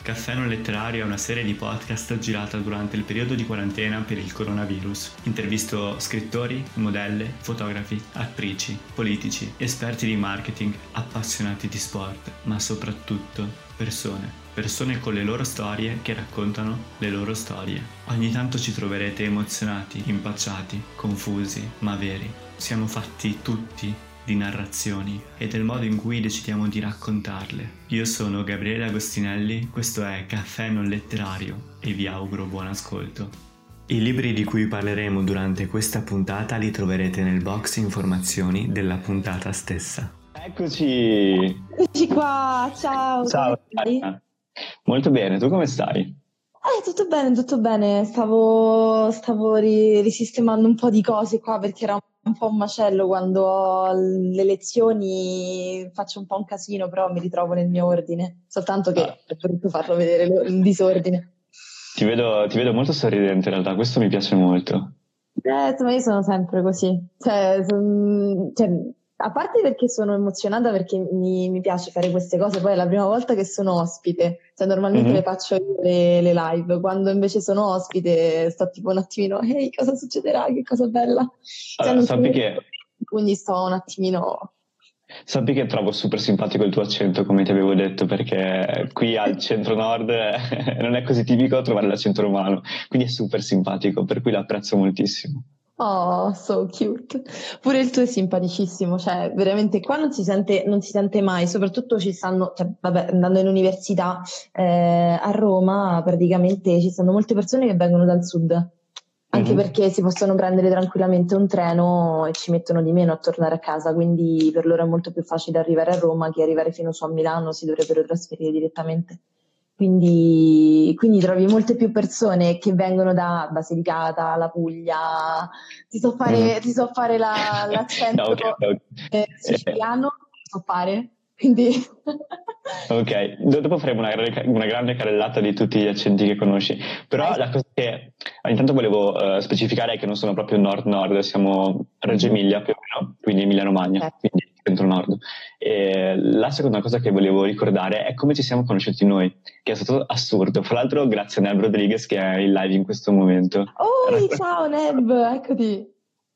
Caffè non letterario è una serie di podcast girata durante il periodo di quarantena per il coronavirus. Intervisto scrittori, modelle, fotografi, attrici, politici, esperti di marketing, appassionati di sport, ma soprattutto persone. Persone con le loro storie che raccontano le loro storie. Ogni tanto ci troverete emozionati, impacciati, confusi, ma veri. Siamo fatti tutti di narrazioni e del modo in cui decidiamo di raccontarle. Io sono Gabriele Agostinelli, questo è Caffè non letterario e vi auguro buon ascolto. I libri di cui parleremo durante questa puntata li troverete nel box informazioni della puntata stessa. Eccoci! Eccoci qua, ciao! Ciao! Molto bene, tu come stai? Tutto bene, tutto bene. Stavo risistemando un po' di cose qua perché era un po' un macello quando ho le lezioni, faccio un po' un casino, però mi ritrovo nel mio ordine, soltanto che è brutto farlo vedere il disordine. Ti vedo molto sorridente in realtà, questo mi piace molto. Ma io sono sempre così, a parte perché sono emozionata perché mi piace fare queste cose, poi è la prima volta che sono ospite, normalmente le faccio io le live, quando invece sono ospite sto tipo un attimino, ehi, cosa succederà, che cosa bella. Allora, Quindi sto un attimino... Sappi che trovo super simpatico il tuo accento, come ti avevo detto, perché qui al centro-nord non è così tipico trovare l'accento romano, quindi è super simpatico, per cui l'apprezzo moltissimo. Oh, so cute. Pure il tuo è simpaticissimo, cioè veramente qua non si sente mai, soprattutto ci stanno, andando in università a Roma praticamente ci stanno molte persone che vengono dal sud, anche perché si possono prendere tranquillamente un treno e ci mettono di meno a tornare a casa, quindi per loro è molto più facile arrivare a Roma che arrivare fino su a Milano, si dovrebbero trasferire direttamente. Quindi trovi molte più persone che vengono da Basilicata, la Puglia, ti so fare l'accento Okay. siciliano, so fare, quindi... Ok, dopo faremo una grande carrellata di tutti gli accenti che conosci, però la cosa che intanto volevo specificare è che non sono proprio nord-nord, siamo Reggio Emilia più o meno, quindi Emilia-Romagna, quindi centro-nord. E la seconda cosa che volevo ricordare è come ci siamo conosciuti noi, che è stato assurdo, fra l'altro grazie a Neb Rodriguez che è in live in questo momento. Oh, ciao Neb, eccoti!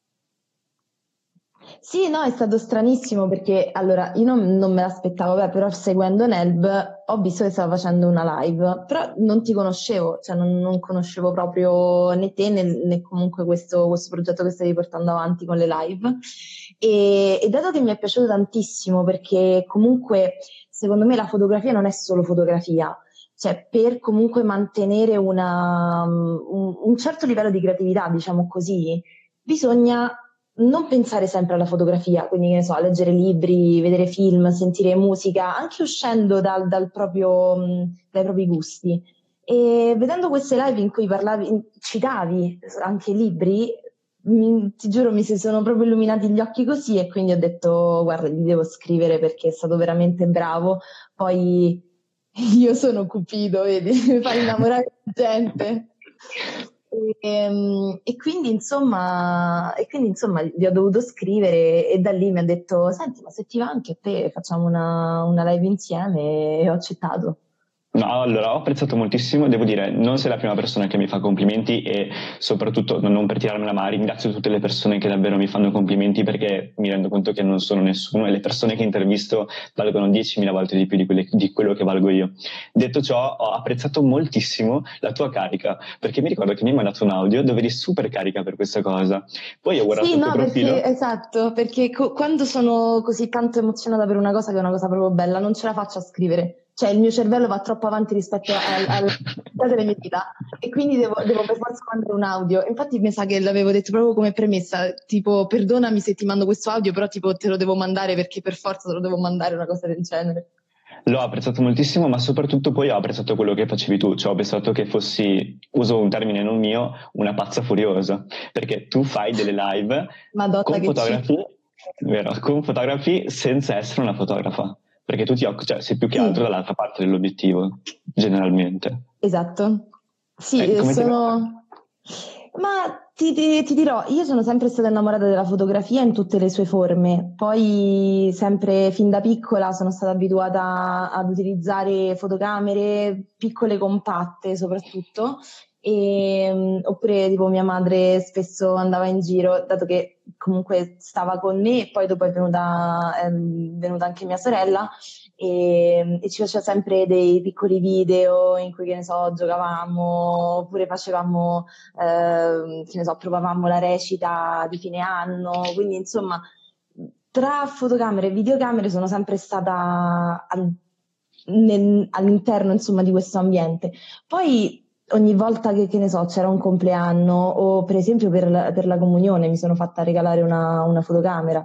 Sì, no, è stato stranissimo perché allora io non me l'aspettavo, però seguendo Nelb ho visto che stava facendo una live, però non ti conoscevo, cioè non conoscevo proprio né te né comunque questo progetto che stavi portando avanti con le live e dato che mi è piaciuto tantissimo perché comunque secondo me la fotografia non è solo fotografia, cioè per comunque mantenere un certo livello di creatività, diciamo così, bisogna non pensare sempre alla fotografia, quindi che ne so, leggere libri, vedere film, sentire musica, anche uscendo dai propri gusti. E vedendo queste live in cui citavi anche libri, ti giuro mi si sono proprio illuminati gli occhi così e quindi ho detto guarda, gli devo scrivere perché è stato veramente bravo. Poi io sono Cupido, vedi, mi fa innamorare la gente. E quindi insomma gli ho dovuto scrivere e da lì mi ha detto senti, ma se ti va anche a te facciamo una live insieme e ho accettato. No, allora ho apprezzato moltissimo, devo dire, non sei la prima persona che mi fa complimenti e soprattutto, non per tirarmela, ma ringrazio tutte le persone che davvero mi fanno complimenti perché mi rendo conto che non sono nessuno e le persone che intervisto valgono 10.000 volte di più di quello che valgo io. Detto ciò, ho apprezzato moltissimo la tua carica, perché mi ricordo che mi hai mandato un audio dove eri super carica per questa cosa. Poi ho guardato il tuo profilo. Perché, esatto, perché quando sono così tanto emozionata per una cosa che è una cosa proprio bella, non ce la faccio a scrivere. Cioè il mio cervello va troppo avanti rispetto alla delle mie dita e quindi devo per forza mandare un audio. Infatti mi sa che l'avevo detto proprio come premessa, tipo perdonami se ti mando questo audio, però tipo te lo devo mandare perché per forza te lo devo mandare, una cosa del genere. L'ho apprezzato moltissimo, ma soprattutto poi ho apprezzato quello che facevi tu, cioè ho pensato che fossi, uso un termine non mio, una pazza furiosa, perché tu fai delle live con fotografi senza essere una fotografa. Perché tu sei più che altro dall'altra parte dell'obiettivo, generalmente. Esatto. Sì, Ma Ti dirò, io sono sempre stata innamorata della fotografia in tutte le sue forme, poi sempre fin da piccola sono stata abituata ad utilizzare fotocamere piccole, compatte soprattutto, oppure tipo mia madre spesso andava in giro, dato che comunque stava con me, e poi dopo è venuta anche mia sorella, e ci faceva sempre dei piccoli video in cui, che ne so, giocavamo, oppure facevamo che ne so, provavamo la recita di fine anno, quindi insomma, tra fotocamere e videocamere sono sempre stata all'interno, insomma, di questo ambiente. Poi ogni volta che ne so, c'era un compleanno o per esempio per la comunione mi sono fatta regalare una fotocamera.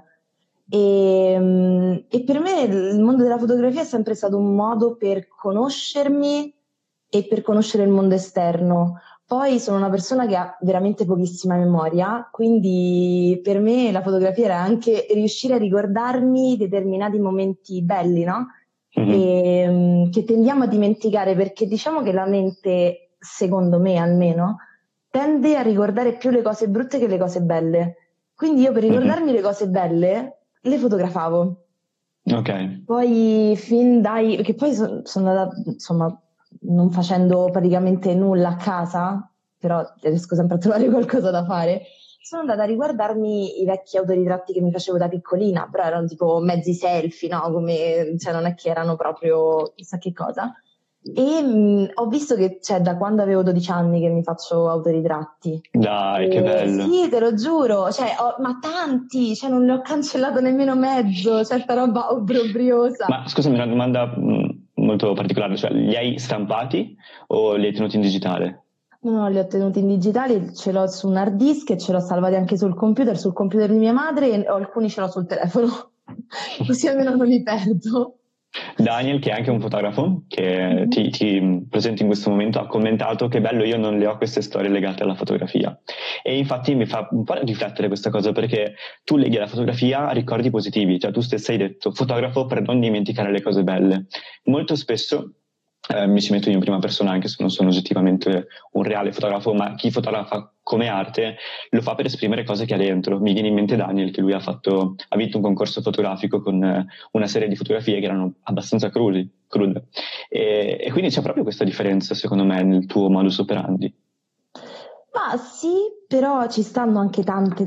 E per me il mondo della fotografia è sempre stato un modo per conoscermi e per conoscere il mondo esterno. Poi sono una persona che ha veramente pochissima memoria, quindi per me la fotografia era anche riuscire a ricordarmi determinati momenti belli, no? Che tendiamo a dimenticare, perché diciamo che la mente, secondo me almeno, tende a ricordare più le cose brutte che le cose belle. Quindi io per ricordarmi le cose belle le fotografavo. Ok. Poi perché poi sono andata, insomma, non facendo praticamente nulla a casa, però riesco sempre a trovare qualcosa da fare. Sono andata a riguardarmi i vecchi autoritratti che mi facevo da piccolina, però erano tipo mezzi selfie, no? Cioè non è che erano proprio chissà che cosa. E ho visto che da quando avevo 12 anni che mi faccio autoritratti. Dai, che bello. Sì, te lo giuro, ma tanti, non ne ho cancellato nemmeno mezzo, certa roba obbrobriosa. Ma scusami, una domanda molto particolare, cioè li hai stampati o li hai tenuti in digitale? No, li ho tenuti in digitale, ce l'ho su un hard disk e ce l'ho salvati anche sul computer di mia madre e alcuni ce l'ho sul telefono, così almeno non li perdo. Daniel, che è anche un fotografo che ti presento in questo momento, ha commentato che bello, io non le ho queste storie legate alla fotografia. E infatti mi fa un po' riflettere questa cosa, perché tu leghi alla fotografia a ricordi positivi, cioè tu stessa hai detto fotografo per non dimenticare le cose belle. Molto spesso mi ci metto io in prima persona, anche se non sono oggettivamente un reale fotografo, ma chi fotografa come arte lo fa per esprimere cose che ha dentro. Mi viene in mente Daniel, che lui ha vinto un concorso fotografico con una serie di fotografie che erano abbastanza crude. E quindi c'è proprio questa differenza, secondo me, nel tuo modus operandi. Ma sì, però ci stanno anche tante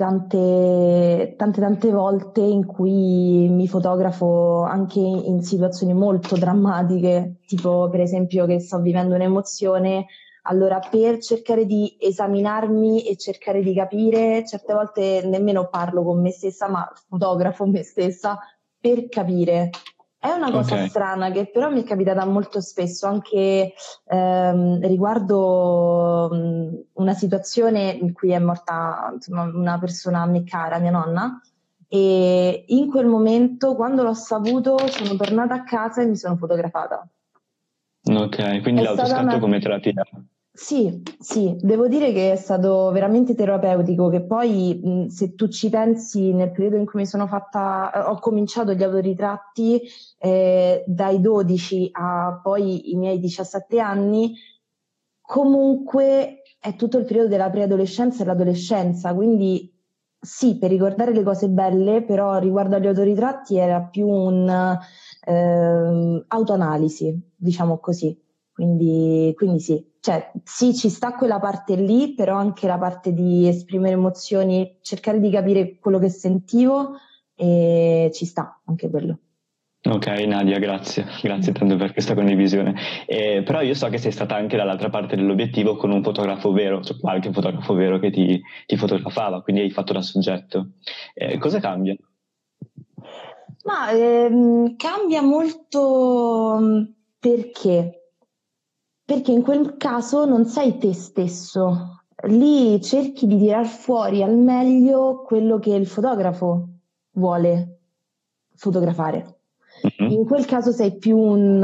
volte in cui mi fotografo anche in situazioni molto drammatiche, tipo per esempio che sto vivendo un'emozione, allora per cercare di esaminarmi e cercare di capire, certe volte nemmeno parlo con me stessa, ma fotografo me stessa per capire. È una cosa strana che però mi è capitata molto spesso, anche riguardo una situazione in cui è morta, insomma, una persona a me cara, mia nonna, e in quel momento, quando l'ho saputo, sono tornata a casa e mi sono fotografata. Ok, quindi l'autoscatto come terapia. Sì, devo dire che è stato veramente terapeutico, che poi se tu ci pensi nel periodo in cui ho cominciato gli autoritratti dai 12 a poi i miei 17 anni, comunque è tutto il periodo della preadolescenza e l'adolescenza, quindi sì, per ricordare le cose belle, però riguardo agli autoritratti era più un autoanalisi, diciamo così. Quindi sì, sì, ci sta quella parte lì, però anche la parte di esprimere emozioni, cercare di capire quello che sentivo, e ci sta anche quello. Ok, Nadia, grazie tanto per questa condivisione. Però io so che sei stata anche dall'altra parte dell'obiettivo con un fotografo vero, cioè qualche fotografo vero che ti fotografava, quindi hai fatto da soggetto. Cosa cambia? Ma cambia molto perché? Perché in quel caso non sei te stesso, lì cerchi di tirar fuori al meglio quello che il fotografo vuole fotografare. In quel caso sei più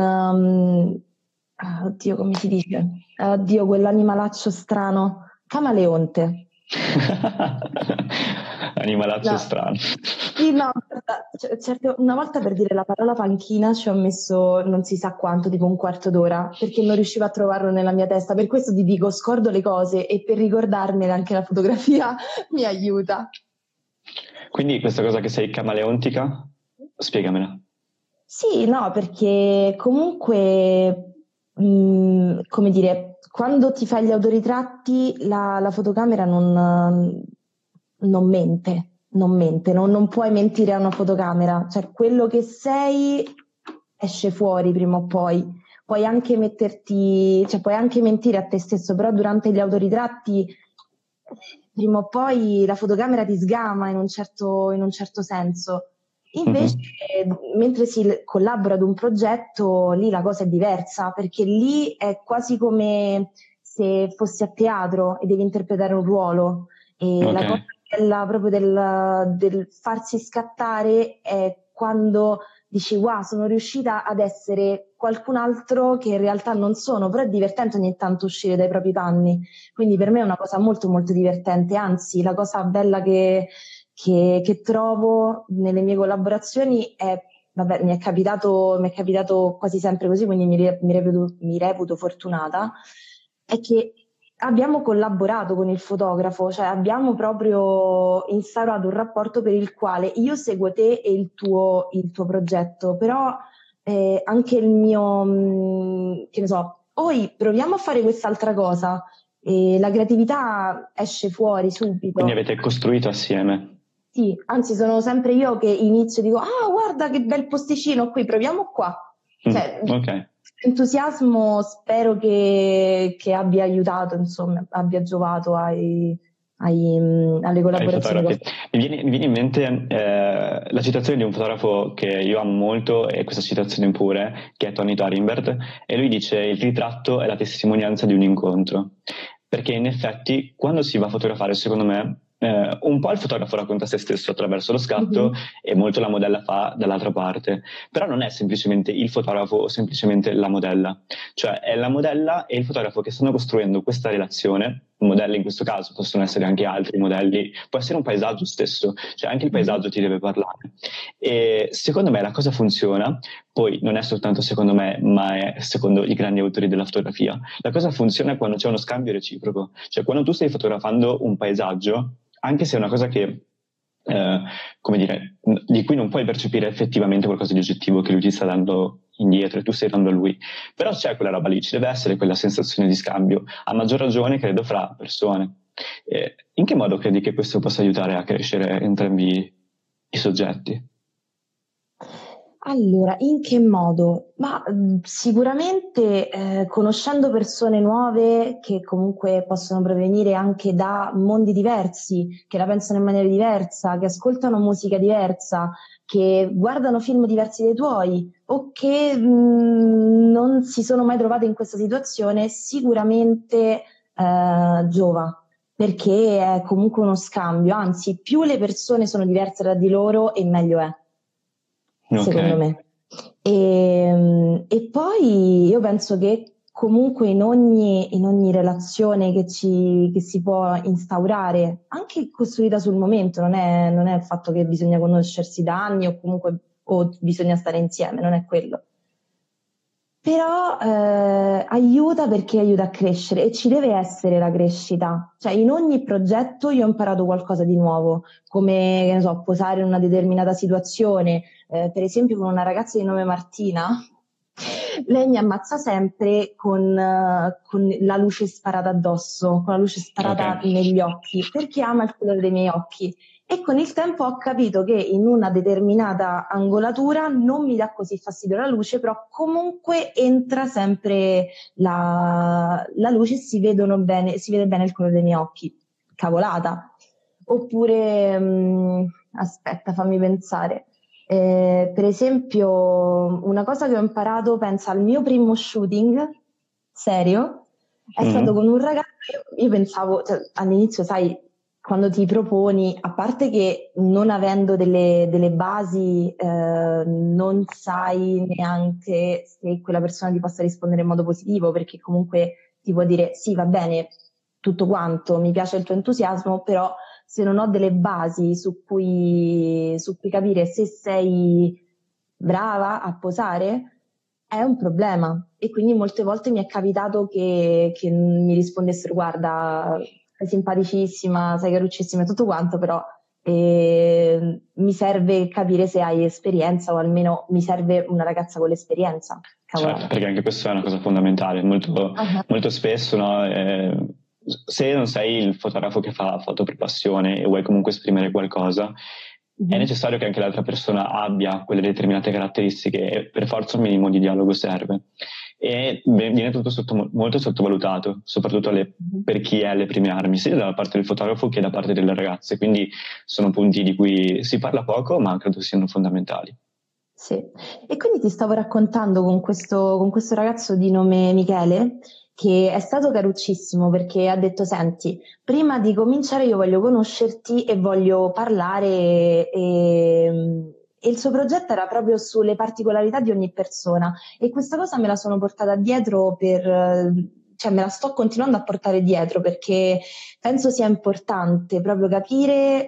oddio, come si dice? Oddio, quell'animalaccio strano, camaleonte. animalaccio No. strano. Sì, no, guarda, una volta per dire la parola panchina ci ho messo non si sa quanto, tipo un quarto d'ora, perché non riuscivo a trovarlo nella mia testa. Per questo ti dico, scordo le cose e per ricordarmene anche la fotografia mi aiuta. Quindi questa cosa che sei camaleontica, spiegamela. Sì, no, perché comunque, come dire, quando ti fai gli autoritratti la fotocamera non mente, non puoi mentire a una fotocamera, cioè quello che sei esce fuori prima o poi. Puoi anche metterti, cioè puoi anche mentire a te stesso, però durante gli autoritratti prima o poi la fotocamera ti sgama in un certo senso. Invece, Mhm. mentre si collabora ad un progetto, lì la cosa è diversa, perché lì è quasi come se fossi a teatro e devi interpretare un ruolo. E Ok. la cosa bella proprio del farsi scattare è quando dici, wow, sono riuscita ad essere qualcun altro che in realtà non sono, però è divertente ogni tanto uscire dai propri panni. Quindi per me è una cosa molto molto divertente, anzi la cosa bella che trovo nelle mie collaborazioni è, vabbè, mi è capitato quasi sempre così, quindi mi reputo fortunata, è che abbiamo collaborato con il fotografo, cioè abbiamo proprio instaurato un rapporto per il quale io seguo te e il tuo progetto, però anche il mio, che ne so, poi proviamo a fare quest'altra cosa e la creatività esce fuori Quindi subito. avete costruito assieme. Sì, anzi sono sempre io che inizio e dico, ah guarda che bel posticino qui, proviamo qua. Cioè, Ok. entusiasmo spero che abbia aiutato, insomma, abbia giovato alle Ai collaborazioni che ho fotografi. fatto. Mi viene in mente la citazione di un fotografo che io amo molto, e questa citazione pure, che è Tony Torinbert, e lui dice: il ritratto è la testimonianza di un incontro. Perché in effetti, quando si va a fotografare, secondo me, un po' il fotografo racconta se stesso attraverso lo scatto Mhm. e molto la modella fa dall'altra parte. Però non è semplicemente il fotografo o semplicemente la modella, cioè è la modella e il fotografo che stanno costruendo questa relazione. Modelli in questo caso possono essere anche altri modelli, può essere un paesaggio stesso, cioè anche il Mhm. paesaggio ti deve parlare. E secondo me la cosa funziona, poi non è soltanto secondo me, ma è secondo i grandi autori della fotografia. La cosa funziona quando c'è uno scambio reciproco, cioè quando tu stai fotografando un paesaggio, anche se è una cosa che come dire, di cui non puoi percepire effettivamente qualcosa di oggettivo che lui ti sta dando indietro e tu stai dando a lui. Però c'è quella roba lì, ci deve essere quella sensazione di scambio, a maggior ragione credo fra persone. In che modo credi che questo possa aiutare a crescere entrambi i soggetti? Allora, in che modo? Ma sicuramente conoscendo persone nuove che comunque possono provenire anche da mondi diversi, che la pensano in maniera diversa, che ascoltano musica diversa, che guardano film diversi dai tuoi o che non si sono mai trovate in questa situazione, sicuramente giova. Perché è comunque uno scambio, anzi, più le persone sono diverse tra di loro e meglio è, Ok, secondo me. E poi io penso che comunque in ogni relazione che si può instaurare, anche costruita sul momento, non è il fatto che bisogna conoscersi da anni o comunque o bisogna stare insieme, non è quello. Però aiuta perché aiuta a crescere e ci deve essere la crescita. Cioè in ogni progetto io ho imparato qualcosa di nuovo, come, che ne so, posare in una determinata situazione. Per esempio con una ragazza di nome Martina, lei mi ammazza sempre con la luce sparata addosso, con la luce ok. sparata negli occhi, perché ama il colore dei miei occhi. E con il tempo ho capito che in una determinata angolatura non mi dà così fastidio la luce, però comunque entra sempre la luce e si vede bene il colore dei miei occhi. Cavolata. Oppure, aspetta, fammi pensare. Per esempio, una cosa che ho imparato, pensa al mio primo shooting serio, è stato Mhm. con un ragazzo. Io pensavo, cioè, all'inizio, sai, quando ti proponi, a parte che non avendo delle basi, non sai neanche se quella persona ti possa rispondere in modo positivo, perché comunque ti può dire sì, va bene, tutto quanto, mi piace il tuo entusiasmo, però se non ho delle basi su cui capire se sei brava a posare, è un problema. E quindi molte volte mi è capitato che mi rispondessero: guarda, sei simpaticissima, sei caruccissima e tutto quanto, però mi serve capire se hai esperienza, o almeno mi serve una ragazza con l'esperienza. Certo, perché anche questa è una cosa fondamentale, molto spesso, no? Se non sei il fotografo che fa foto per passione e vuoi comunque esprimere qualcosa, è necessario che anche l'altra persona abbia quelle determinate caratteristiche, e per forza un minimo di dialogo serve. E viene tutto molto sottovalutato, soprattutto per chi è alle prime armi, sia da parte del fotografo che da parte delle ragazze, quindi sono punti di cui si parla poco, ma credo siano fondamentali. Sì, e quindi ti stavo raccontando con questo ragazzo di nome Michele, che è stato caruccissimo, perché ha detto: senti, prima di cominciare io voglio conoscerti e voglio parlare, e il suo progetto era proprio sulle particolarità di ogni persona, e questa cosa me la sono portata dietro cioè me la sto continuando a portare dietro, perché penso sia importante proprio capire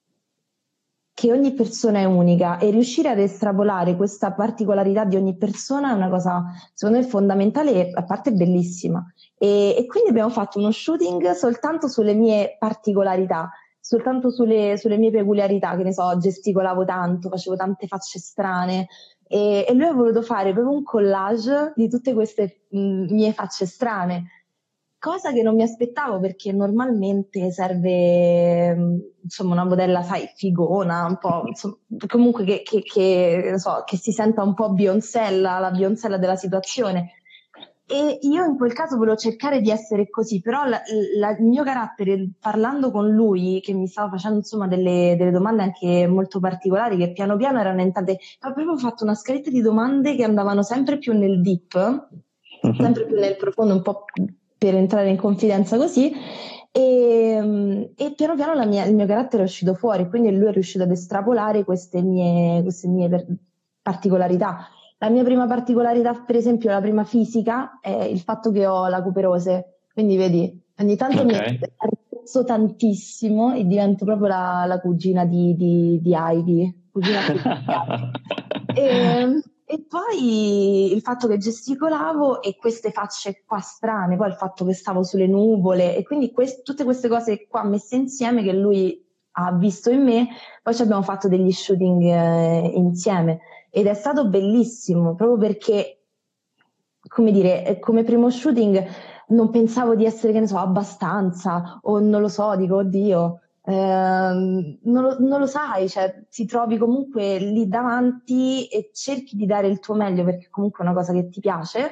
che ogni persona è unica, e riuscire ad estrapolare questa particolarità di ogni persona è una cosa, secondo me, fondamentale e a parte bellissima. E quindi abbiamo fatto uno shooting soltanto sulle mie particolarità, soltanto sulle mie peculiarità, che ne so, gesticolavo tanto, facevo tante facce strane, e lui ha voluto fare proprio un collage di tutte queste mie facce strane. Cosa che non mi aspettavo, perché normalmente serve, insomma, una modella, sai, figona, un po', insomma, comunque non so, che si senta un po' Beyoncella, la Beyoncella della situazione. E io in quel caso volevo cercare di essere così, però il mio carattere, parlando con lui, che mi stava facendo insomma delle domande anche molto particolari, che piano piano erano entrate, ho proprio fatto una scaletta di domande che andavano sempre più nel deep, sempre più nel profondo, un po' per entrare in confidenza così, e piano piano il mio carattere è uscito fuori, quindi lui è riuscito ad estrapolare queste mie particolarità. La mia prima particolarità, per esempio, la prima fisica, è il fatto che ho la cuperose, quindi vedi, ogni tanto mi arrezzo tantissimo e divento proprio la cugina di Heidi, cugina e poi il fatto che gesticolavo e queste facce qua strane, poi il fatto che stavo sulle nuvole, e quindi tutte queste cose qua messe insieme che lui ha visto in me. Poi ci abbiamo fatto degli shooting insieme, ed è stato bellissimo, proprio perché, come dire, come primo shooting non pensavo di essere, che ne so, abbastanza, o non lo so, dico, oddio, non lo sai, cioè ti trovi comunque lì davanti e cerchi di dare il tuo meglio, perché comunque è una cosa che ti piace,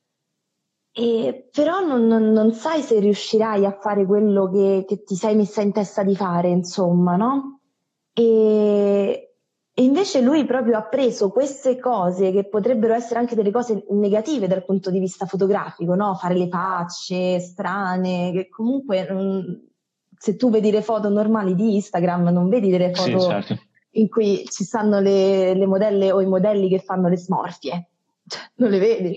però non sai se riuscirai a fare quello che ti sei messa in testa di fare, insomma, no? E invece lui proprio ha preso queste cose, che potrebbero essere anche delle cose negative dal punto di vista fotografico, no? Fare le facce strane, che comunque se tu vedi le foto normali di Instagram, non vedi delle foto certo, in cui ci stanno le modelle o i modelli che fanno le smorfie, cioè, non le vedi.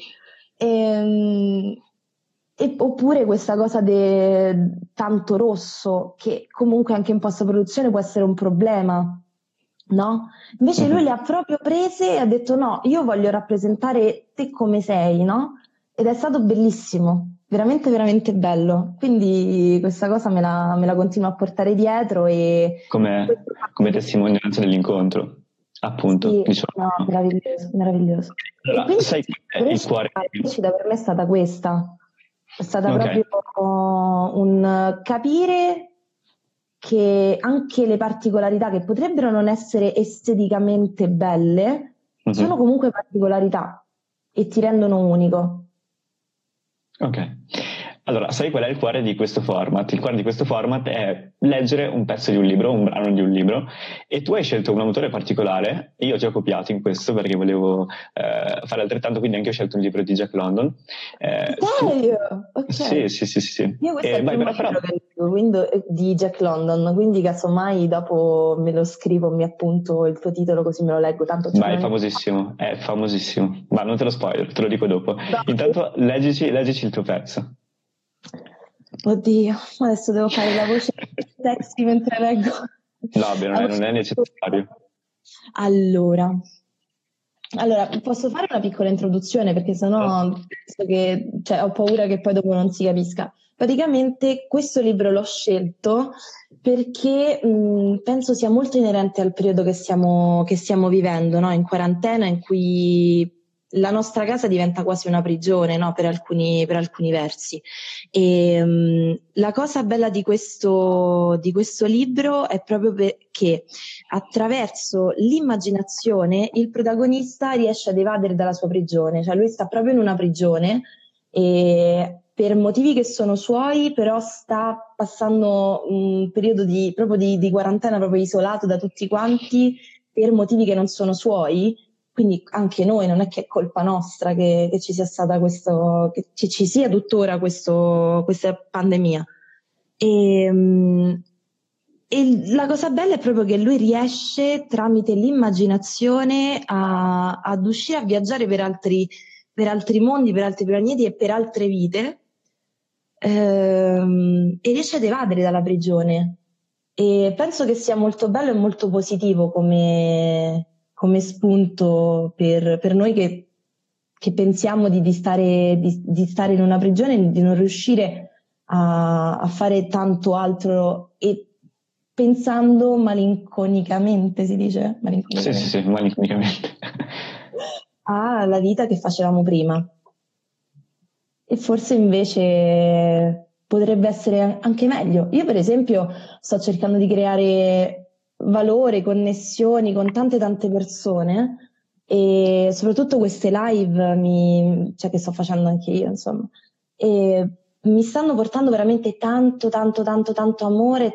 Oppure questa cosa tanto rosso, che comunque anche in post-produzione può essere un problema, no? Invece lui le ha proprio prese e ha detto: no, io voglio rappresentare te come sei, no? Ed è stato bellissimo, veramente veramente bello. Quindi questa cosa me la continuo a portare dietro, e come testimonianza dell'incontro, appunto. sì, Diciamo. no, meraviglioso, meraviglioso. Allora, E quindi sai, il cuore la crescita per me è stata questa, è stata proprio un capire che anche le particolarità, che potrebbero non essere esteticamente belle, sono comunque particolarità e ti rendono unico. Ok. Allora, sai qual è il cuore di questo format? Il cuore di questo format è leggere un pezzo di un libro, un brano di un libro, e tu hai scelto un autore particolare, e io ti ho copiato in questo perché volevo fare altrettanto, quindi anche io ho scelto un libro di Jack London. Ok. Sì. Io questo è il primo libro che leggo, quindi, di Jack London, quindi casomai dopo me lo scrivo, mi appunto il tuo titolo, così me lo leggo. Tanto ma è famosissimo, ma non te lo spoiler, te lo dico dopo. No. Intanto leggici il tuo pezzo. Oddio, adesso devo fare la voce sexy mentre leggo. No, beh, non è necessario. Allora, posso fare una piccola introduzione perché sennò penso che, cioè, ho paura che poi dopo non si capisca. Praticamente questo libro l'ho scelto perché penso sia molto inerente al periodo che stiamo vivendo, no? In quarantena, in cui la nostra casa diventa quasi una prigione, no? Per alcuni versi. E, la cosa bella di questo libro è proprio perché attraverso l'immaginazione il protagonista riesce ad evadere dalla sua prigione, cioè lui sta proprio in una prigione e per motivi che sono suoi, però sta passando un periodo di quarantena proprio isolato da tutti quanti per motivi che non sono suoi. Quindi anche noi non è che è colpa nostra che ci sia stata che ci sia tuttora questa pandemia. E, e la cosa bella è proprio che lui riesce tramite l'immaginazione ad uscire a viaggiare per altri mondi, per altri pianeti e per altre vite, e riesce ad evadere dalla prigione. E penso che sia molto bello e molto positivo come spunto per noi che pensiamo di stare in una prigione e di non riuscire a fare tanto altro e pensando malinconicamente, si dice? Sì, malinconicamente. Alla vita che facevamo prima. E forse invece potrebbe essere anche meglio. Io, per esempio, sto cercando di creare valore, connessioni con tante persone e soprattutto queste live cioè che sto facendo anche io, insomma. E mi stanno portando veramente tanto amore,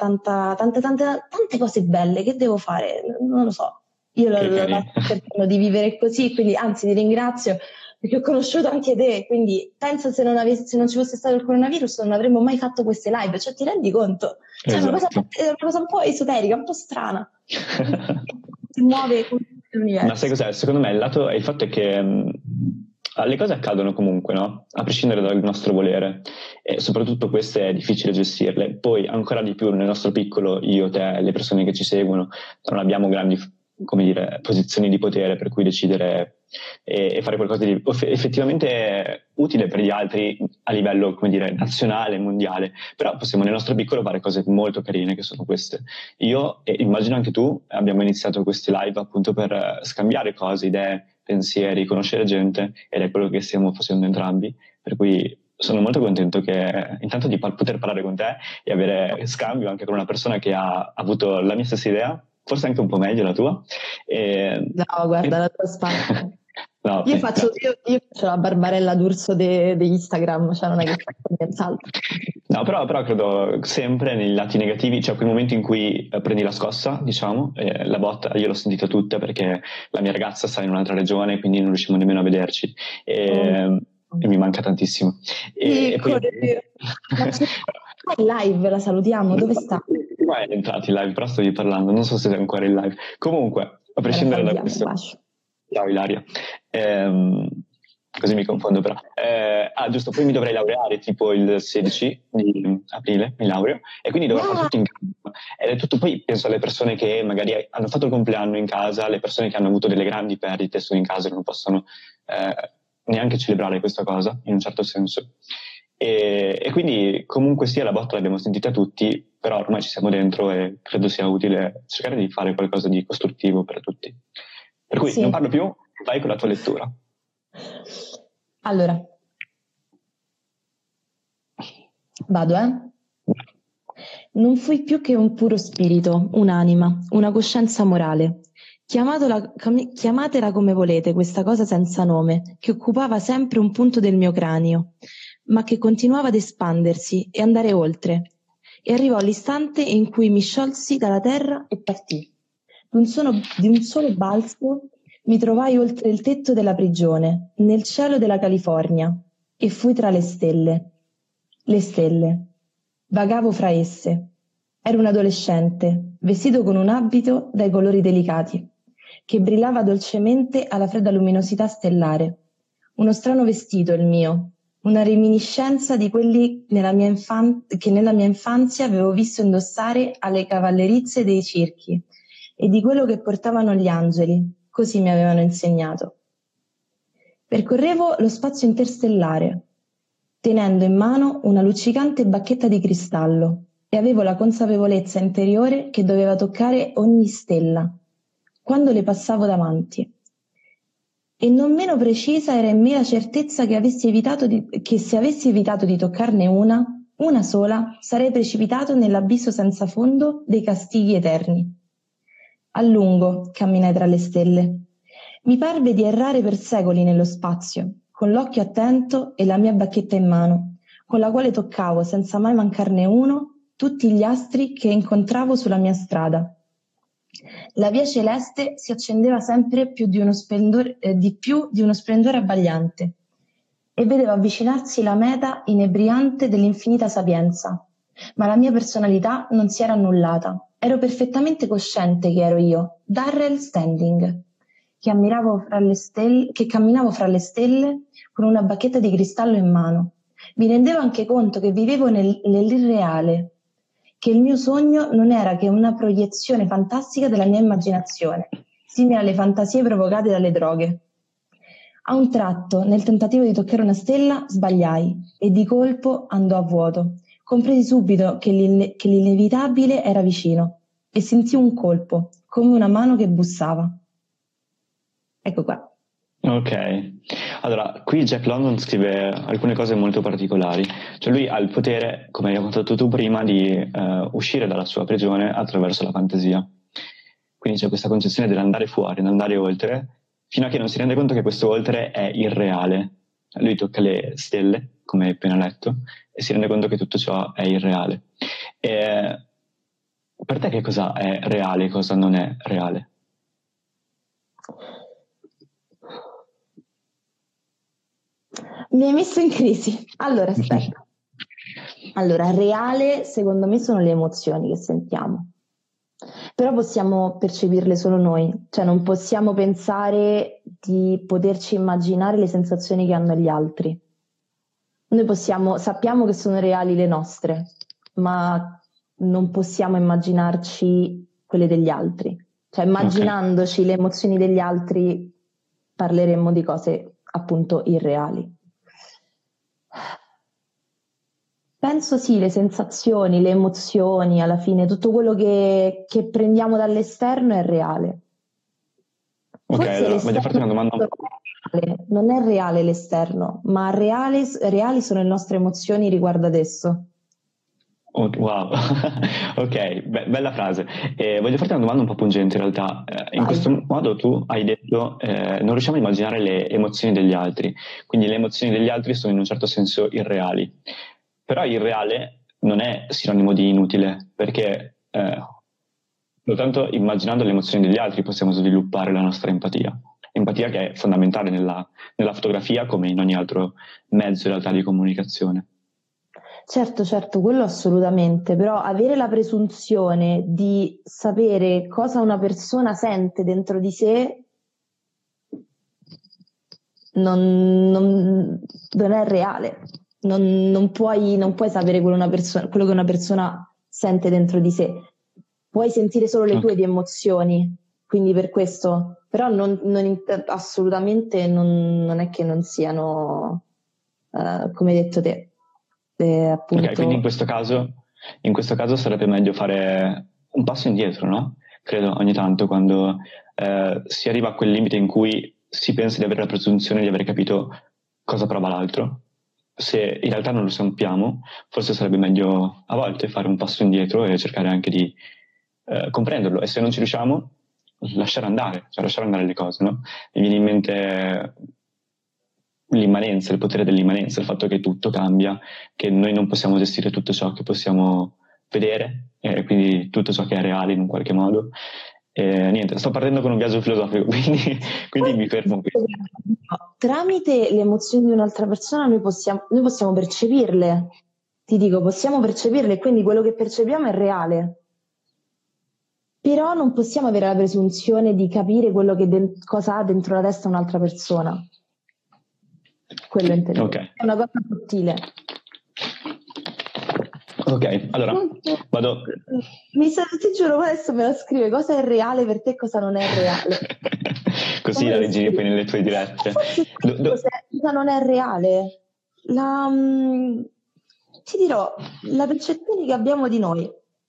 tante cose belle. Che devo fare? Non lo so. Io sto cercando di vivere così, quindi anzi ti ringrazio perché ho conosciuto anche te, quindi pensa se non ci fosse stato il coronavirus non avremmo mai fatto queste live, cioè ti rendi conto? Cioè, Esatto. è una cosa un po' esoterica, un po' strana. Si muove con l'universo. Ma sai cos'è? Secondo me il fatto è che le cose accadono comunque, no? A prescindere dal nostro volere, e soprattutto queste è difficile gestirle. Poi ancora di più nel nostro piccolo, io, te, le persone che ci seguono, non abbiamo grandi, come dire, posizioni di potere per cui decidere e fare qualcosa di effettivamente utile per gli altri a livello, come dire, nazionale, mondiale. Però possiamo nel nostro piccolo fare cose molto carine, che sono queste. Io, e immagino anche tu, abbiamo iniziato questi live appunto per scambiare cose, idee, pensieri, conoscere gente, ed è quello che stiamo facendo entrambi, per cui sono molto contento che intanto di poter parlare con te e avere scambio anche con una persona che ha avuto la mia stessa idea, forse anche un po' meglio la tua. No, guarda, la tua spalla. No, io faccio la Barbarella d'Urso di Instagram, cioè non è che faccio nient'altro. No, però credo sempre nei lati negativi, cioè quei momenti in cui prendi la scossa, diciamo, la botta, io l'ho sentita tutta perché la mia ragazza sta in un'altra regione, quindi non riusciamo nemmeno a vederci e mi manca tantissimo. E poi... in live la salutiamo, dove sta? Ma è entrato in live, però sto parlando, non so se è ancora in live. Comunque, a prescindere da questo... Ciao Ilaria. Così mi confondo però. Giusto, poi mi dovrei laureare tipo il 16 di aprile, mi laureo, e quindi dovrò fare tutto in casa. Ed è tutto, poi penso alle persone che magari hanno fatto il compleanno in casa, le persone che hanno avuto delle grandi perdite, sono in casa e non possono neanche celebrare questa cosa, in un certo senso. E quindi comunque sia la botta l'abbiamo sentita tutti, però ormai ci siamo dentro e credo sia utile cercare di fare qualcosa di costruttivo per tutti. Per cui non parlo più, vai con la tua lettura. Allora, vado, Non fui più che un puro spirito, un'anima, una coscienza morale. Chiamatela come volete, questa cosa senza nome, che occupava sempre un punto del mio cranio, ma che continuava ad espandersi e andare oltre. E arrivò l'istante in cui mi sciolsi dalla terra e partì. Di un solo balzo mi trovai oltre il tetto della prigione, nel cielo della California, e fui tra le stelle. Le stelle. Vagavo fra esse. Ero un adolescente, vestito con un abito dai colori delicati, che brillava dolcemente alla fredda luminosità stellare. Uno strano vestito il mio, una reminiscenza di quelli che nella mia infanzia avevo visto indossare alle cavallerizie dei circhi e di quello che portavano gli angeli, così mi avevano insegnato. Percorrevo lo spazio interstellare, tenendo in mano una luccicante bacchetta di cristallo, e avevo la consapevolezza interiore che doveva toccare ogni stella, quando le passavo davanti. E non meno precisa era in me la certezza che se avessi evitato di toccarne una sola, sarei precipitato nell'abisso senza fondo dei castighi eterni. A lungo camminai tra le stelle. Mi parve di errare per secoli nello spazio, con l'occhio attento e la mia bacchetta in mano, con la quale toccavo, senza mai mancarne uno, tutti gli astri che incontravo sulla mia strada. La via celeste si accendeva sempre più di uno splendore abbagliante, e vedevo avvicinarsi la meta inebriante dell'infinita sapienza. Ma la mia personalità non si era annullata. Ero perfettamente cosciente che ero io, Darrell Standing, che camminavo fra le stelle con una bacchetta di cristallo in mano. Mi rendevo anche conto che vivevo nell'irreale, che il mio sogno non era che una proiezione fantastica della mia immaginazione, simile alle fantasie provocate dalle droghe. A un tratto, nel tentativo di toccare una stella, sbagliai e di colpo andò a vuoto. Compresi subito che l'inevitabile era vicino e sentii un colpo, come una mano che bussava. Ecco qua. Ok, allora qui Jack London scrive alcune cose molto particolari, cioè lui ha il potere, come hai raccontato tu prima, di uscire dalla sua prigione attraverso la fantasia, quindi c'è questa concezione dell'andare fuori, dell'andare oltre, fino a che non si rende conto che questo oltre è irreale. Lui tocca le stelle, come hai appena letto, e si rende conto che tutto ciò è irreale. E per te che cosa è reale e cosa non è reale? Mi hai messo in crisi. Allora, aspetta. Allora, reale secondo me sono le emozioni che sentiamo. Però possiamo percepirle solo noi, cioè non possiamo pensare di poterci immaginare le sensazioni che hanno gli altri. Noi sappiamo che sono reali le nostre, ma non possiamo immaginarci quelle degli altri. Cioè, immaginandoci le emozioni degli altri, parleremmo di cose appunto irreali. Penso sì, le sensazioni, le emozioni, alla fine tutto quello che prendiamo dall'esterno è reale. Ok, allora voglio farti una domanda un po'. Non è reale l'esterno, ma reali sono le nostre emozioni riguardo ad esso. Oh, wow, ok, bella frase. Voglio farti una domanda un po' pungente in realtà. In questo modo tu hai detto non riusciamo a immaginare le emozioni degli altri, quindi le emozioni degli altri sono in un certo senso irreali. Però irreale non è sinonimo di inutile, perché soltanto immaginando le emozioni degli altri possiamo sviluppare la nostra empatia. Empatia che è fondamentale nella fotografia come in ogni altro mezzo in realtà di comunicazione. Certo, quello assolutamente, però avere la presunzione di sapere cosa una persona sente dentro di sé non è reale. Non puoi sapere quello che una persona sente dentro di sé. Puoi sentire solo le tue di emozioni, quindi per questo, però assolutamente non è che non siano, come hai detto te. Appunto... Ok, quindi in questo caso sarebbe meglio fare un passo indietro, no? Credo ogni tanto quando si arriva a quel limite in cui si pensa di avere la presunzione di aver capito cosa prova l'altro. Se in realtà non lo sappiamo, forse sarebbe meglio a volte fare un passo indietro e cercare anche di comprenderlo. E se non ci riusciamo, lasciare andare le cose, no? Mi viene in mente l'immanenza, il potere dell'immanenza, il fatto che tutto cambia, che noi non possiamo gestire tutto ciò che possiamo vedere, quindi tutto ciò che è reale in un qualche modo. Niente, sto partendo con un viaggio filosofico, quindi mi fermo qui. Tramite le emozioni di un'altra persona noi possiamo percepirle, ti dico, possiamo percepirle, quindi quello che percepiamo è reale. Però non possiamo avere la presunzione di capire quello cosa ha dentro la testa un'altra persona. quello intendevo. Ok. È una cosa sottile. Ok, allora vado. Ti giuro, adesso me lo scrive cosa è reale per te e cosa non è reale. Così la rigiri poi nelle tue dirette. Forse cosa non è reale. Ti dirò, la percezione che abbiamo di noi.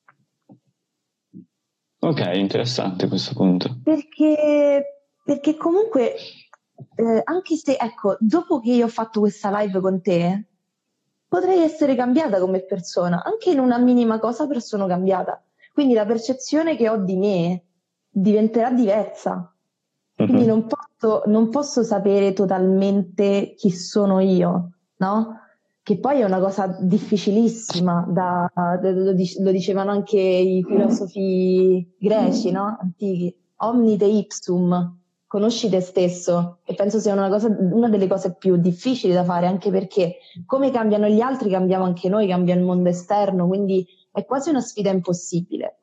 Ok, interessante questo punto. Perché comunque, anche se, ecco, dopo che io ho fatto questa live con te, potrei essere cambiata come persona, anche in una minima cosa, però sono cambiata. Quindi la percezione che ho di me diventerà diversa. Quindi non posso sapere totalmente chi sono io, no? Che poi è una cosa difficilissima, lo dicevano anche i filosofi greci, no? Antichi. Omnite ipsum, conosci te stesso. E penso sia una delle cose più difficili da fare, anche perché come cambiano gli altri, cambiamo anche noi, cambia il mondo esterno, quindi è quasi una sfida impossibile.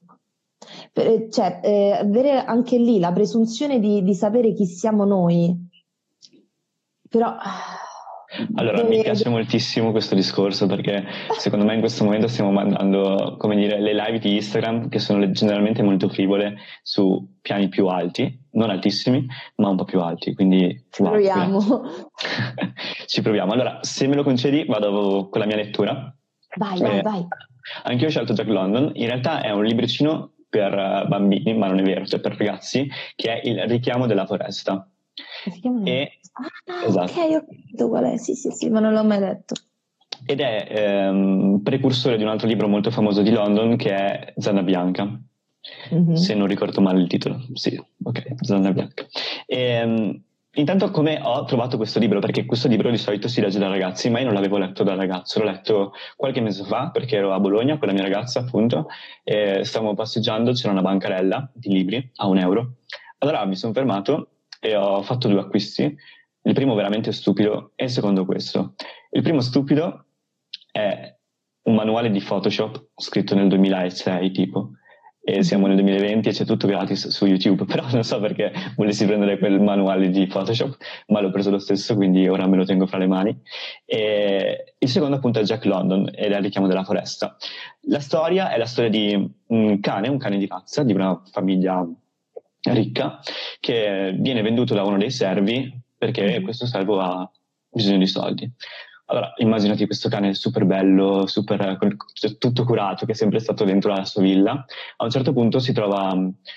Avere anche lì la presunzione di sapere chi siamo noi, però allora mi piace moltissimo questo discorso, perché secondo me in questo momento stiamo mandando, come dire, le live di Instagram, che sono generalmente molto frivole, su piani più alti, non altissimi ma un po' più alti, quindi proviamo. Ci proviamo. Allora, se me lo concedi vado con la mia lettura. Vai. Anch'io ho scelto Jack London. In realtà è un libricino per bambini, ma non è vero, cioè per ragazzi, che è Il richiamo della foresta. Esatto. Ok, ho capito qual è, sì, ma non l'ho mai letto. Ed è precursore di un altro libro molto famoso di London, che è Zanna Bianca, se non ricordo male il titolo. Sì, ok, Zanna Bianca. Intanto come ho trovato questo libro, perché questo libro di solito si legge da ragazzi, ma io non l'avevo letto da ragazzo, l'ho letto qualche mese fa perché ero a Bologna con la mia ragazza, appunto, e stavamo passeggiando, c'era una bancarella di libri a €1. Allora mi sono fermato e ho fatto 2 acquisti, il primo veramente stupido e il secondo questo. Il primo stupido è un manuale di Photoshop scritto nel 2006 tipo, e siamo nel 2020 e c'è tutto gratis su YouTube, però non so perché volessi prendere quel manuale di Photoshop, ma l'ho preso lo stesso, quindi ora me lo tengo fra le mani. E il secondo appunto è Jack London ed è Il richiamo della foresta. La storia è la storia di un cane di razza, di una famiglia ricca, che viene venduto da uno dei servi perché questo servo ha bisogno di soldi. Allora, immaginati questo cane super bello, super tutto curato, che è sempre stato dentro la sua villa. A un certo punto si trova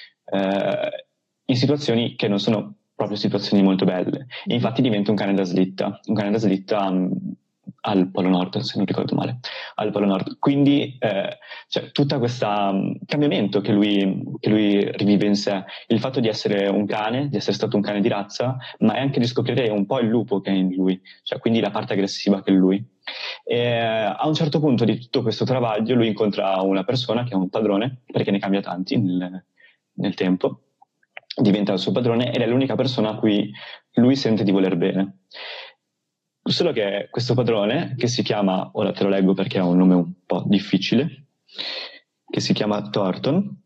in situazioni che non sono proprio situazioni molto belle. E infatti diventa un cane da slitta al Polo Nord, se non ricordo male, al Polo Nord. Quindi c'è tutto questo cambiamento che lui rivive in sé, il fatto di essere un cane, di essere stato un cane di razza, ma è anche di scoprire un po' il lupo che è in lui, cioè quindi la parte aggressiva che è lui. E a un certo punto di tutto questo travaglio lui incontra una persona che è un padrone, perché ne cambia tanti nel tempo, diventa il suo padrone ed è l'unica persona a cui lui sente di voler bene. Solo che questo padrone, che si chiama, ora te lo leggo perché ha un nome un po' difficile, che si chiama Thornton,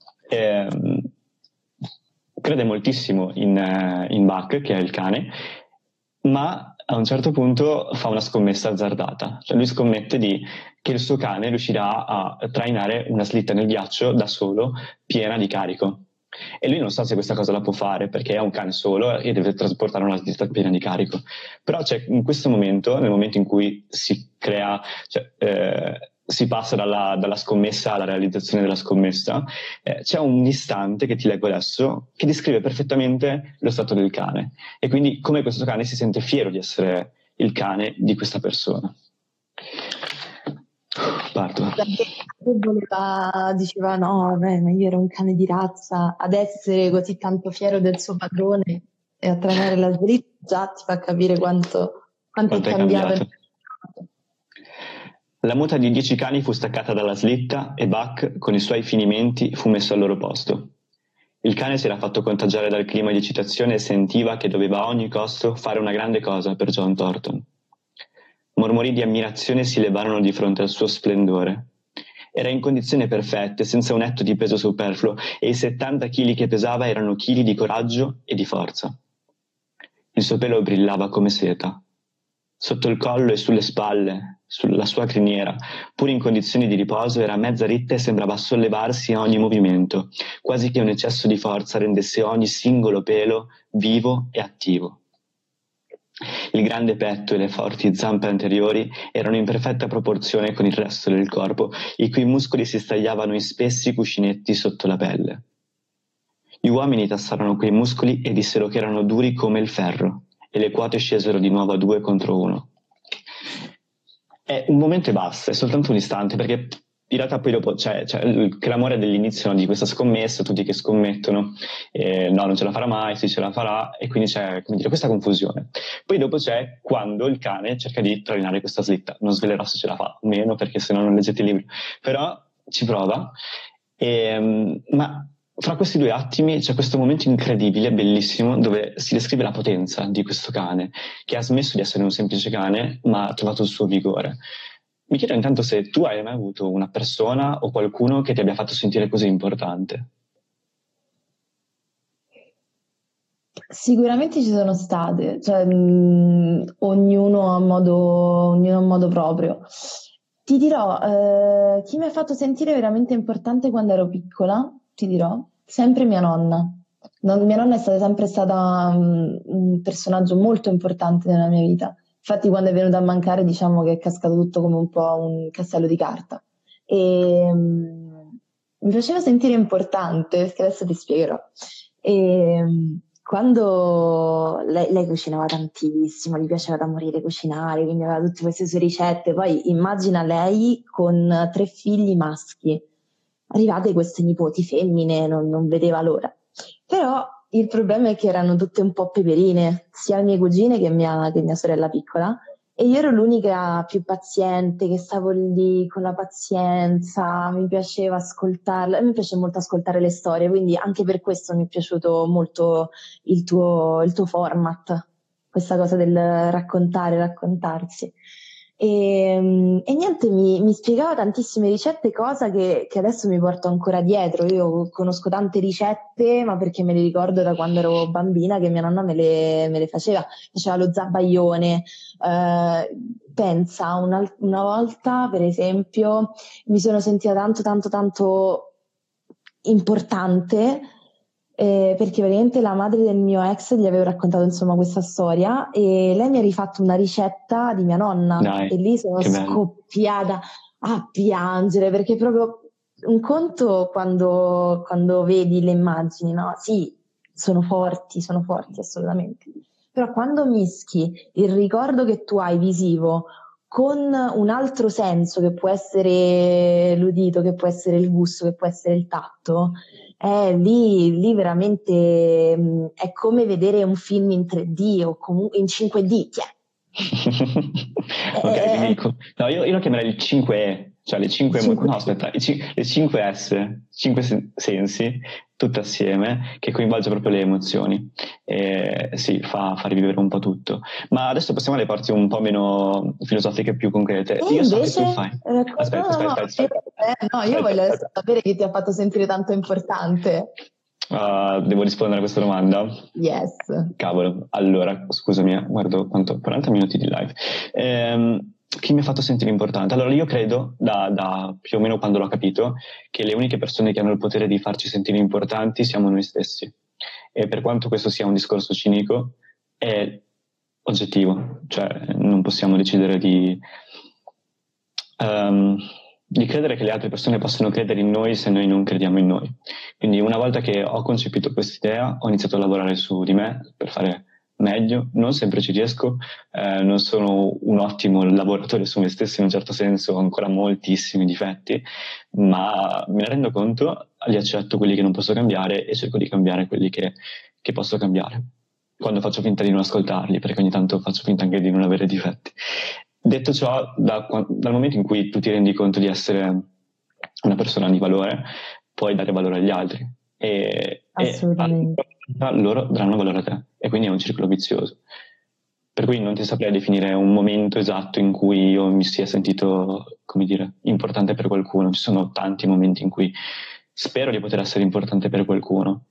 crede moltissimo in Buck, che è il cane, ma a un certo punto fa una scommessa azzardata. Cioè lui scommette che il suo cane riuscirà a trainare una slitta nel ghiaccio da solo, piena di carico. E lui non sa se questa cosa la può fare perché è un cane solo e deve trasportare una slitta piena di carico. Però c'è in questo momento, nel momento in cui si crea, si passa dalla scommessa alla realizzazione della scommessa, c'è un istante che ti leggo adesso che descrive perfettamente lo stato del cane e quindi come questo cane si sente fiero di essere il cane di questa persona. Parto. Diceva no, ma io ero un cane di razza, ad essere così tanto fiero del suo padrone e a trainare la slitta già ti fa capire quanto è cambiato. La muta di 10 cani fu staccata dalla slitta e Buck, con i suoi finimenti, fu messo al loro posto. Il cane si era fatto contagiare dal clima di eccitazione e sentiva che doveva a ogni costo fare una grande cosa per John Thornton. Mormori di ammirazione si levarono di fronte al suo splendore. Era in condizioni perfette, senza un etto di peso superfluo, e i 70 chili che pesava erano chili di coraggio e di forza. Il suo pelo brillava come seta. Sotto il collo e sulle spalle, sulla sua criniera, pur in condizioni di riposo, era mezza ritta e sembrava sollevarsi a ogni movimento, quasi che un eccesso di forza rendesse ogni singolo pelo vivo e attivo. Il grande petto e le forti zampe anteriori erano in perfetta proporzione con il resto del corpo, i cui muscoli si stagliavano in spessi cuscinetti sotto la pelle. Gli uomini tassarono quei muscoli e dissero che erano duri come il ferro, e le quote scesero di nuovo a 2 contro 1. È un momento e basta, è soltanto un istante, perché in realtà poi dopo c'è il clamore dell'inizio, no, di questa scommessa, tutti che scommettono, no, non ce la farà mai, sì ce la farà, e quindi c'è, come dire, questa confusione. Poi dopo c'è quando il cane cerca di trainare questa slitta, non svelerò se ce la fa o meno, perché se no non leggete il libro, però ci prova, ma fra questi 2 attimi c'è questo momento incredibile, bellissimo, dove si descrive la potenza di questo cane, che ha smesso di essere un semplice cane, ma ha trovato il suo vigore. Mi chiedo intanto se tu hai mai avuto una persona o qualcuno che ti abbia fatto sentire così importante. Sicuramente ci sono state, cioè, ognuno a modo proprio. Ti dirò, chi mi ha fatto sentire veramente importante quando ero piccola, ti dirò, sempre mia nonna. Mia nonna è sempre stata un personaggio molto importante nella mia vita. Infatti quando è venuta a mancare diciamo che è cascato tutto come un po' un castello di carta. E mi faceva sentire importante, perché adesso ti spiegherò. E quando lei cucinava tantissimo, gli piaceva da morire cucinare, quindi aveva tutte queste sue ricette. Poi immagina lei con 3 figli maschi, arrivate queste nipoti femmine, non vedeva l'ora. Però il problema è che erano tutte un po' peperine, sia le mie cugine che mia sorella piccola, e io ero l'unica più paziente, che stavo lì con la pazienza, mi piaceva ascoltarla, mi piace molto ascoltare le storie, quindi anche per questo mi è piaciuto molto il tuo format, questa cosa del raccontarsi. E niente, mi spiegava tantissime ricette, cosa che adesso mi porto ancora dietro. Io conosco tante ricette, ma perché me le ricordo da quando ero bambina, che mia nonna me le faceva lo zabaione. Pensa, una volta per esempio mi sono sentita tanto importante, perché praticamente la madre del mio ex gli avevo raccontato insomma questa storia e lei mi ha rifatto una ricetta di mia nonna. Dai, E lì sono scoppiata a piangere, perché proprio un conto quando vedi le immagini, no? Sì, sono forti assolutamente, però quando mischi il ricordo che tu hai visivo con un altro senso, che può essere l'udito, che può essere il gusto, che può essere il tatto, lì veramente è come vedere un film in 3D o comunque in 5D. Ok, quindi no, io lo chiamerei il 5E, cioè le 5 no, aspetta, le 5S, 5 sensi, tutte assieme, che coinvolge proprio le emozioni. Sì, fa rivivere un po' tutto. Ma adesso passiamo alle parti un po' meno filosofiche e più concrete. Io invece, so che tu fai. Aspetta. Io voglio sapere chi ti ha fatto sentire tanto importante. Devo rispondere a questa domanda? Yes. Cavolo, allora, scusami, guardo quanto, 40 minuti di live. Chi mi ha fatto sentire importante? Allora, io credo, da più o meno quando l'ho capito, che le uniche persone che hanno il potere di farci sentire importanti siamo noi stessi. E per quanto questo sia un discorso cinico, è oggettivo. Cioè, non possiamo decidere di credere che le altre persone possano credere in noi se noi non crediamo in noi. Quindi una volta che ho concepito quest'idea, ho iniziato a lavorare su di me per fare meglio. Non sempre ci riesco, non sono un ottimo lavoratore su me stesso, in un certo senso ho ancora moltissimi difetti, ma me ne rendo conto, li accetto quelli che non posso cambiare e cerco di cambiare quelli che posso cambiare, quando faccio finta di non ascoltarli, perché ogni tanto faccio finta anche di non avere difetti. Detto ciò, dal momento in cui tu ti rendi conto di essere una persona di valore, puoi dare valore agli altri e loro daranno valore a te, e quindi è un circolo vizioso. Per cui non ti saprei definire un momento esatto in cui io mi sia sentito, come dire, importante per qualcuno. Ci sono tanti momenti in cui spero di poter essere importante per qualcuno.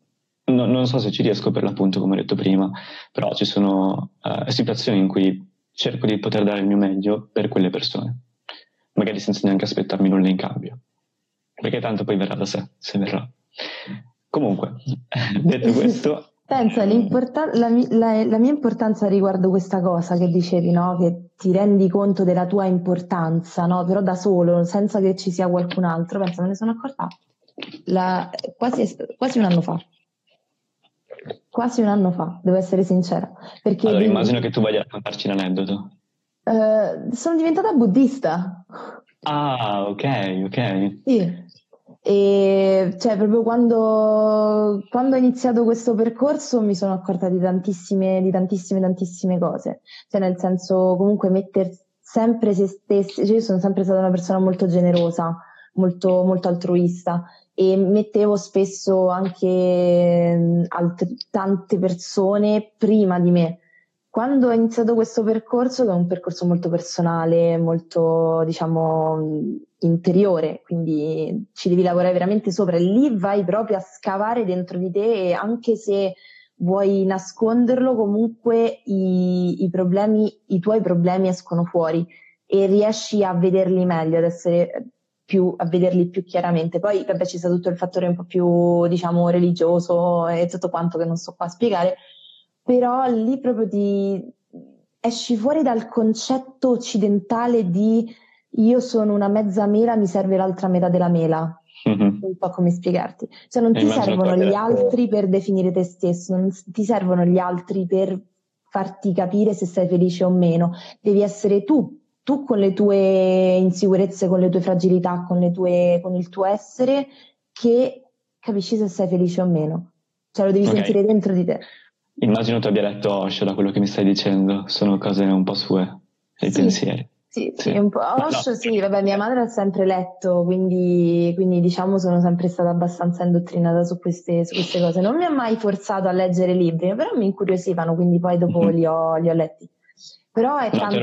Non so se ci riesco, per l'appunto, come ho detto prima, però ci sono situazioni in cui cerco di poter dare il mio meglio per quelle persone, magari senza neanche aspettarmi nulla in cambio, perché tanto poi verrà da sé, se verrà. Comunque, detto questo... Pensa, la mia importanza riguardo questa cosa che dicevi, no? Che ti rendi conto della tua importanza, no? Però da solo, senza che ci sia qualcun altro. Pensa, me ne sono accorta quasi un anno fa. Quasi un anno fa, devo essere sincera. Perché allora, immagino che tu voglia raccontarci l'aneddoto. sono diventata buddista. Ah, ok. Sì. E cioè, proprio quando ho iniziato questo percorso mi sono accorta di tantissime cose. Cioè, nel senso, comunque, mettere sempre se stessi. Cioè, io sono sempre stata una persona molto generosa, molto altruista e mettevo spesso anche tante persone prima di me. Quando ho iniziato questo percorso, che è un percorso molto personale, molto, diciamo, interiore, quindi ci devi lavorare veramente sopra, e lì vai proprio a scavare dentro di te e anche se vuoi nasconderlo, comunque i tuoi problemi escono fuori e riesci a vederli meglio, a vederli più chiaramente. Poi, vabbè, ci sta tutto il fattore un po' più, diciamo, religioso e tutto quanto che non sto qua a spiegare, però lì proprio esci fuori dal concetto occidentale di io sono una mezza mela, mi serve l'altra metà della mela. Mm-hmm. Non so come spiegarti. Cioè non ti servono gli altri per definire te stesso, non ti servono gli altri per farti capire se sei felice o meno. Devi essere tu con le tue insicurezze, con le tue fragilità, con il tuo essere, che capisci se sei felice o meno. Cioè lo devi sentire dentro di te. Immagino tu abbia letto Osho da quello che mi stai dicendo, sono cose un po' sue, dei pensieri. Sì, un po'. Osho, sì, vabbè, mia madre ha sempre letto, quindi diciamo sono sempre stata abbastanza indottrinata su queste cose. Non mi ha mai forzato a leggere libri, però mi incuriosivano, quindi poi dopo li ho letti. Però è tanto...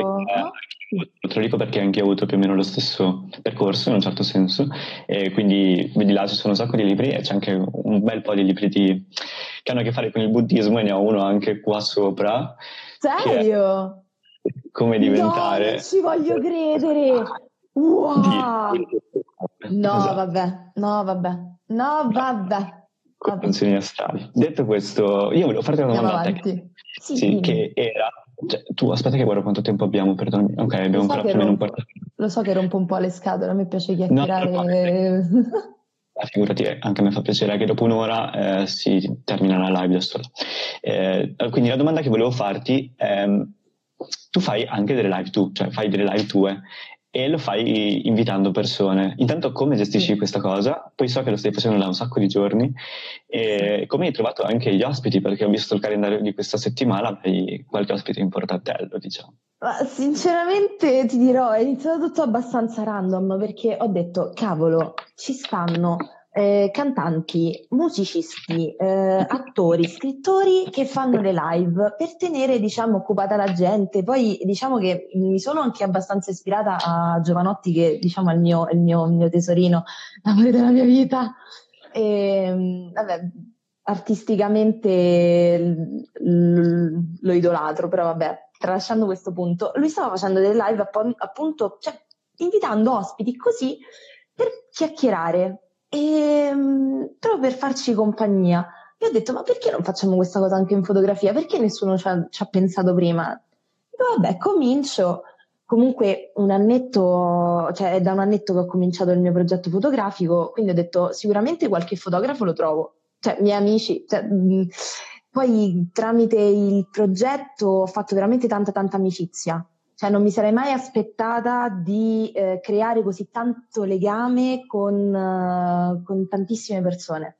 Te lo dico perché anche io ho avuto più o meno lo stesso percorso in un certo senso, e quindi vedi là ci sono un sacco di libri e c'è anche un bel po' di libri che hanno a che fare con il buddismo, e ne ho uno anche qua sopra. Serio? Come diventare... No, non ci voglio credere! Wow! No, esatto. vabbè. Convenzioni astrali. Detto questo, io volevo farti una domanda a te. Sì, che era... Cioè, tu aspetta che guarda quanto tempo abbiamo, perdonami. Ok, abbiamo ancora più o meno un po'. Lo so che rompo un po' le scatole, a me piace chiacchierare. Figurati, anche a me fa piacere che dopo un'ora si termina la live da sola. Quindi la domanda che volevo farti è, tu fai anche delle live tu, cioè fai delle live tue e lo fai invitando persone. Intanto come gestisci questa cosa? Poi so che lo stai facendo da un sacco di giorni, e come hai trovato anche gli ospiti? Perché ho visto il calendario di questa settimana, hai qualche ospite importantello, diciamo. Ma sinceramente ti dirò, è iniziato tutto abbastanza random, perché ho detto, cavolo, ci stanno cantanti, musicisti, attori, scrittori che fanno le live per tenere, diciamo, occupata la gente. Poi diciamo che mi sono anche abbastanza ispirata a Giovanotti, che diciamo è il mio tesorino, l'amore della mia vita. E, vabbè, artisticamente lo idolatro, però vabbè, tralasciando questo punto, lui stava facendo delle live appunto, cioè, invitando ospiti così per chiacchierare e proprio per farci compagnia. Io ho detto, ma perché non facciamo questa cosa anche in fotografia? Perché nessuno ci ha pensato prima? E vabbè, comincio. Comunque un annetto, cioè è da un annetto che ho cominciato il mio progetto fotografico, quindi ho detto sicuramente qualche fotografo lo trovo, cioè miei amici. Poi tramite il progetto ho fatto veramente tanta amicizia, cioè non mi sarei mai aspettata di creare così tanto legame con tantissime persone.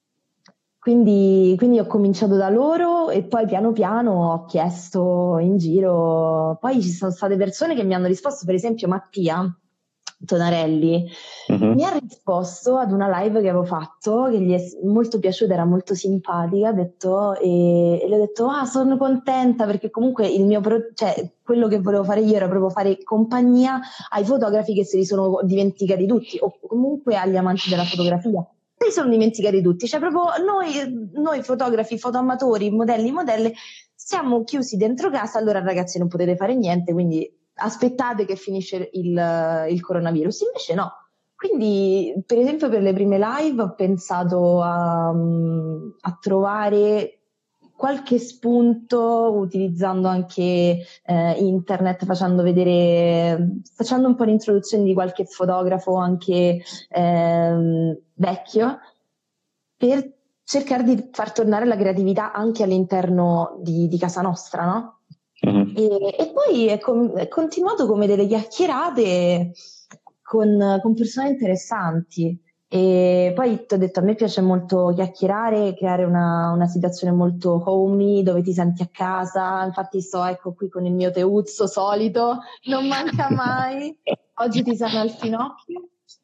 Quindi ho cominciato da loro e poi piano piano ho chiesto in giro. Poi ci sono state persone che mi hanno risposto, per esempio Mattia Tonarelli mi ha risposto ad una live che avevo fatto, che gli è molto piaciuta, era molto simpatica, e le ho detto, sono contenta perché comunque cioè, quello che volevo fare io era proprio fare compagnia ai fotografi che se li sono dimenticati tutti, o comunque agli amanti della fotografia. Se li sono dimenticati tutti, cioè proprio noi fotografi, fotoamatori, modelli, modelle, siamo chiusi dentro casa, allora ragazzi non potete fare niente, quindi aspettate che finisce il coronavirus. Invece no. Quindi, per esempio, per le prime live ho pensato a trovare qualche spunto utilizzando anche internet, facendo un po' l'introduzione di qualche fotografo anche vecchio, per cercare di far tornare la creatività anche all'interno di casa nostra, no? Mm-hmm. E poi è continuato come delle chiacchierate con persone interessanti. E poi ti ho detto, a me piace molto chiacchierare, creare una situazione molto homey dove ti senti a casa. Infatti ecco qui con il mio teuzzo solito, non manca mai. Oggi ti sano al finocchio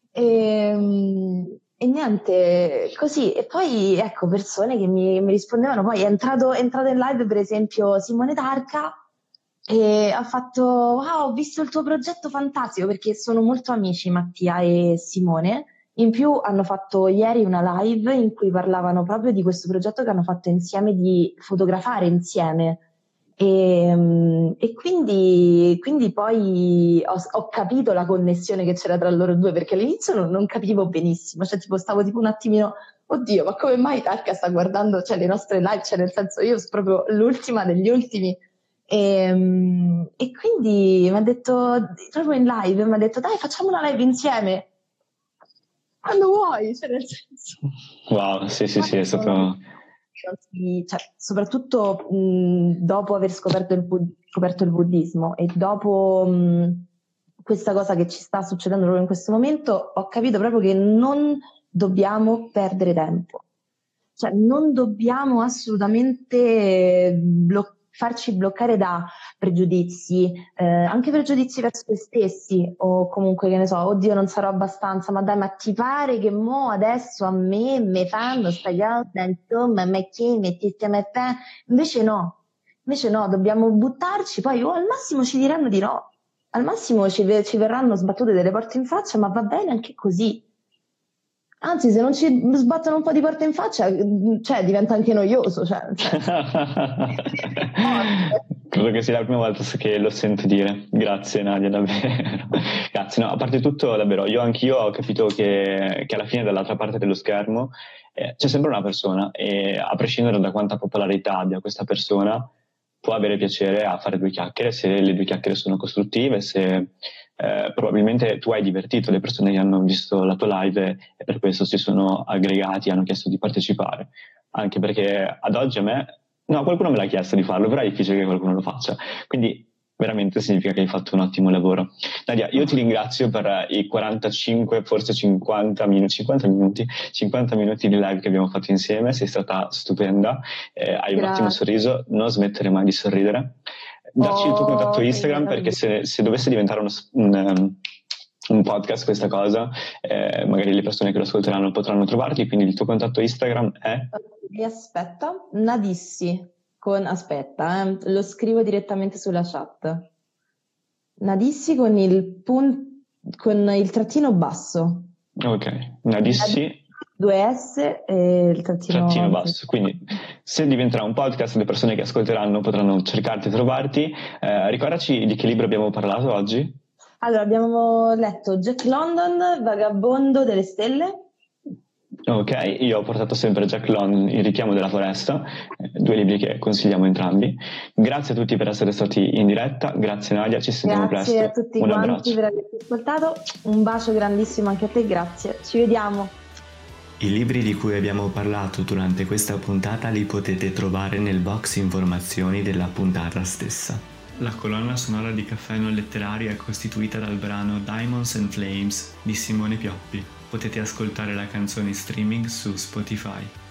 e niente, così. E poi ecco, persone che mi rispondevano. Poi è entrato in live per esempio Simone Tarca e ha fatto: wow, ho visto il tuo progetto fantastico, perché sono molto amici Mattia e Simone. In più hanno fatto ieri una live in cui parlavano proprio di questo progetto che hanno fatto insieme, di fotografare insieme. E quindi poi ho capito la connessione che c'era tra loro due, perché all'inizio non capivo benissimo, cioè tipo stavo tipo un attimino, oddio, ma come mai Tarka sta guardando, cioè, le nostre live, cioè nel senso io sono proprio l'ultima degli ultimi. E quindi mi ha detto, proprio in live, mi ha detto: dai, facciamo una live insieme quando vuoi, cioè nel senso. Wow, sì, è stato... Cioè, soprattutto dopo aver scoperto il buddismo e dopo questa cosa che ci sta succedendo proprio in questo momento, ho capito proprio che non dobbiamo perdere tempo, cioè non dobbiamo assolutamente farci bloccare da pregiudizi, anche pregiudizi verso noi stessi, o comunque, che ne so, oddio non sarò abbastanza, ma dai, ma ti pare che mo adesso a me fanno sta cosa, insomma, ma che mettiste a me te? Invece no, dobbiamo buttarci, poi al massimo ci diranno di no, al massimo ci verranno sbattute delle porte in faccia, ma va bene anche così. Anzi, se non ci sbattono un po' di porte in faccia, cioè diventa anche noioso. Credo che sia la prima volta che lo sento dire. Grazie Nadia, davvero. Grazie. No, a parte tutto, davvero, anch'io ho capito che alla fine dall'altra parte dello schermo c'è sempre una persona, e a prescindere da quanta popolarità abbia questa persona, può avere piacere a fare due chiacchiere se le due chiacchiere sono costruttive, se probabilmente tu hai divertito le persone che hanno visto la tua live e per questo si sono aggregati e hanno chiesto di partecipare, anche perché ad oggi qualcuno me l'ha chiesto di farlo, però è difficile che qualcuno lo faccia, quindi veramente significa che hai fatto un ottimo lavoro. Nadia, io ti ringrazio per i 45, forse 50 minuti di live che abbiamo fatto insieme, sei stata stupenda, hai un ottimo sorriso, non smettere mai di sorridere. Dacci il tuo contatto Instagram, perché se dovesse diventare un podcast questa cosa, magari le persone che lo ascolteranno potranno trovarti, quindi il tuo contatto Instagram è? Aspetta, Nadissi. Lo scrivo direttamente sulla chat. Nadissi con il trattino basso. Ok, Nadissi. 2 S e il trattino basso. Quindi se diventerà un podcast, le persone che ascolteranno potranno cercarti e trovarti. Ricordaci di che libro abbiamo parlato oggi. Allora, abbiamo letto Jack London, Vagabondo delle stelle. Ok, io ho portato sempre Jack London, Il richiamo della foresta, 2 libri che consigliamo entrambi. Grazie a tutti per essere stati in diretta, grazie Nadia, ci sentiamo presto. Grazie a tutti quanti per averci ascoltato, un bacio grandissimo anche a te, grazie, ci vediamo. I libri di cui abbiamo parlato durante questa puntata li potete trovare nel box informazioni della puntata stessa. La colonna sonora di Caffè Non Letterario è costituita dal brano Diamonds and Flames di Simone Pioppi. Potete ascoltare la canzone in streaming su Spotify.